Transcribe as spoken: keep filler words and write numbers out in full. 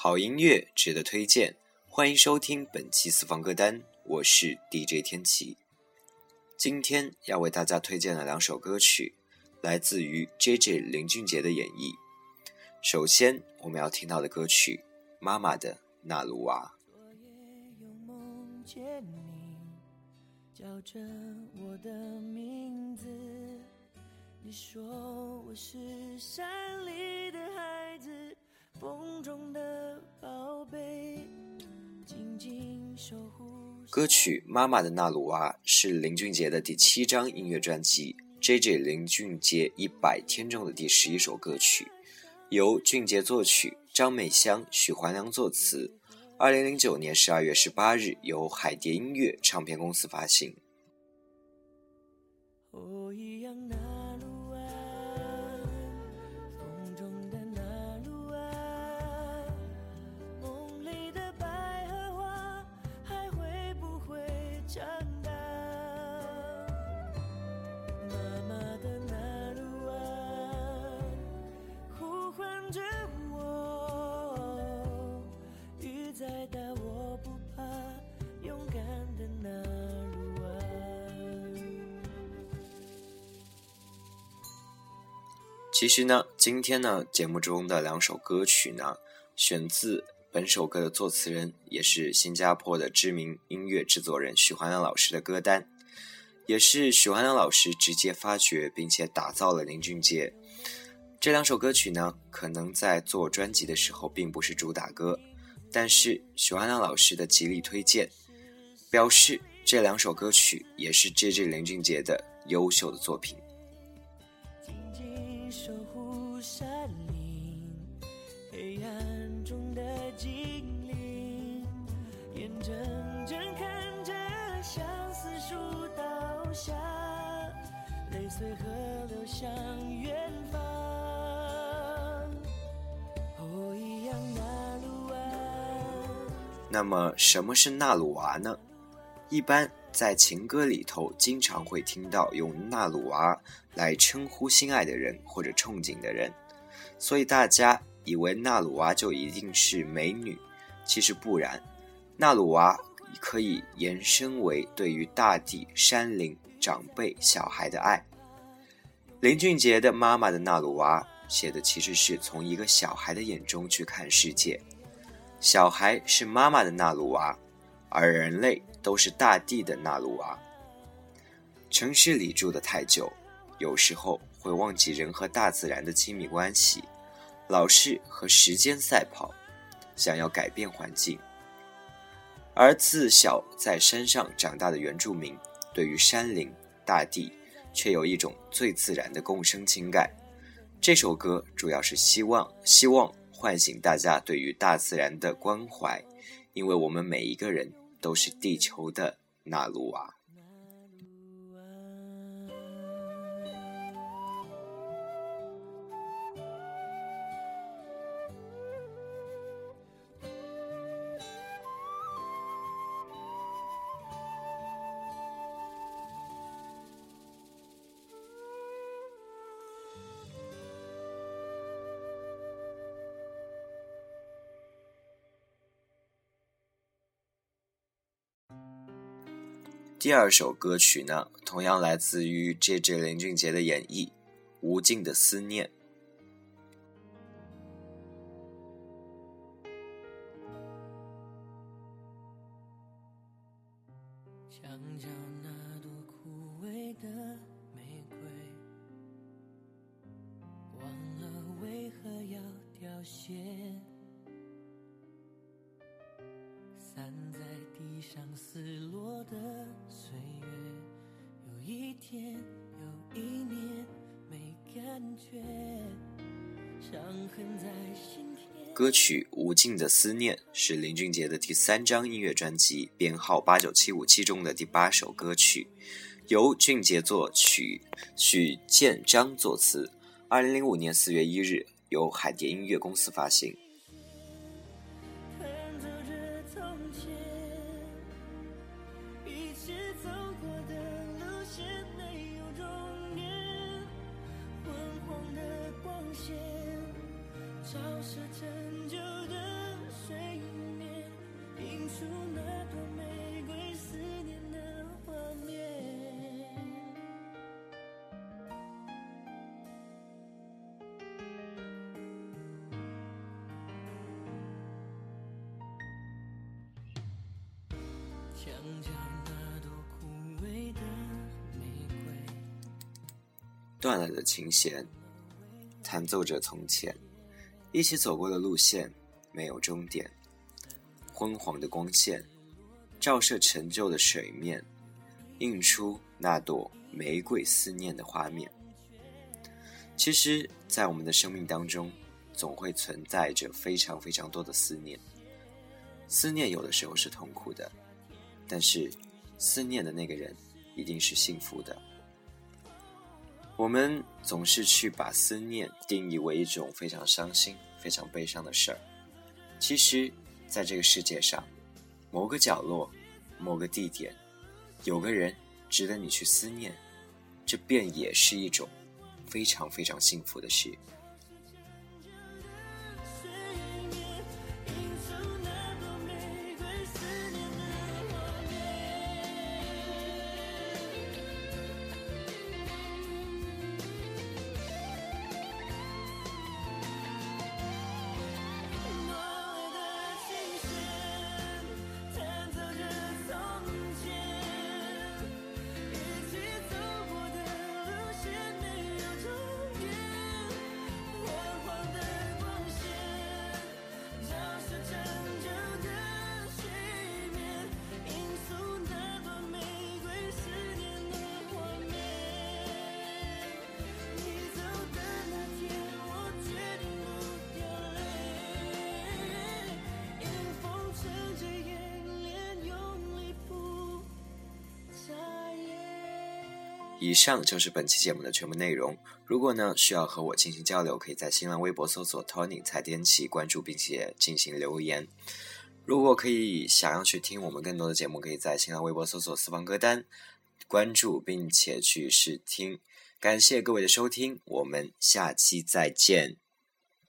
好音乐值得推荐，欢迎收听本期私房歌单，我是 D J 天琪。今天要为大家推荐的两首歌曲，来自于 J J 林俊杰的演绎。首先我们要听到的歌曲《妈妈的那鲁娃》。 叫着我的名字，你说我是山里的孩子，风中的宝贝，紧紧守护。 歌曲《妈妈的那鲁娃》是林俊杰的第七张音乐专辑 J J 林俊杰一百天中的第十一首歌曲，由俊杰作曲，张美香、许怀良作词，二零零九年十二月十八日由海蝶音乐唱片公司发行。 哦，一样那鲁啊，风中的那鲁啊，梦里的百合花还会不会长大？妈妈的那鲁啊，呼唤着我，雨再大我不怕，勇敢的那鲁啊。 其实呢，今天呢节目中的两首歌曲呢，选自本首歌的作词人，也是新加坡的知名音乐制作人许怀良老师的歌单，也是许怀良老师直接发掘并且打造了林俊杰。这两首歌曲呢，可能在做专辑的时候并不是主打歌，但是许怀良老师的极力推荐，表示这两首歌曲也是 J J 林俊杰的优秀的作品。 守护山林，黑暗中的精灵，眼睁睁看着相思树倒下，泪随河流向远方。哦，一样那鲁啊。 那么什么是那鲁娃呢？一般在情歌里头经常会听到用那鲁娃来称呼心爱的人或者憧憬的人，所以大家以为那鲁娃就一定是美女，其实不然，那鲁娃可以延伸为对于大地、山林、长辈、小孩的爱。林俊杰的《妈妈的那鲁娃》写的其实是从一个小孩的眼中去看世界，小孩是妈妈的那鲁娃，而人类都是大地的那鲁娃。城市里住得太久，有时候会忘记人和大自然的亲密关系，老是和时间赛跑，想要改变环境。而自小在山上长大的原住民，对于山林、大地却有一种最自然的共生情感。这首歌主要是希望希望唤醒大家对于大自然的关怀，因为我们每一个人都是地球的那鲁娃。第二首歌曲呢，同样来自于 J J 林俊杰的演绎，《无尽的思念》。 墙角那朵枯萎的玫瑰，忘了为何要凋谢，散在地上撕落的岁月，有一天有一年没感觉，伤痕在心田。 歌曲《无尽的思念》是林俊杰的第三张音乐专辑编号八九七五七中的第八首歌曲，由俊杰作曲，许建章作词，二零零五年四月一日由海蝶音乐公司发行。 照射陈旧的睡眠，映出那朵玫瑰思念的画面。墙角那朵枯萎的玫瑰， 断了的琴弦弹奏着从前一起走过的路线，没有终点。昏黄的光线照射陈旧的水面，映出那朵玫瑰思念的画面。其实在我们的生命当中，总会存在着非常非常多的思念。思念有的时候是痛苦的，但是思念的那个人一定是幸福的。我们总是去把思念定义为一种非常伤心、非常悲伤的事儿。其实在这个世界上，某个角落、某个地点，有个人值得你去思念，这便也是一种非常非常幸福的事。以上就是本期节目的全部内容。如果呢需要和我进行交流，可以在新浪微博搜索 Tony 蔡天琪关注并且进行留言。如果可以想要去听我们更多的节目，可以在新浪微博搜索私房歌单关注并且去试听。感谢各位的收听，我们下期再见。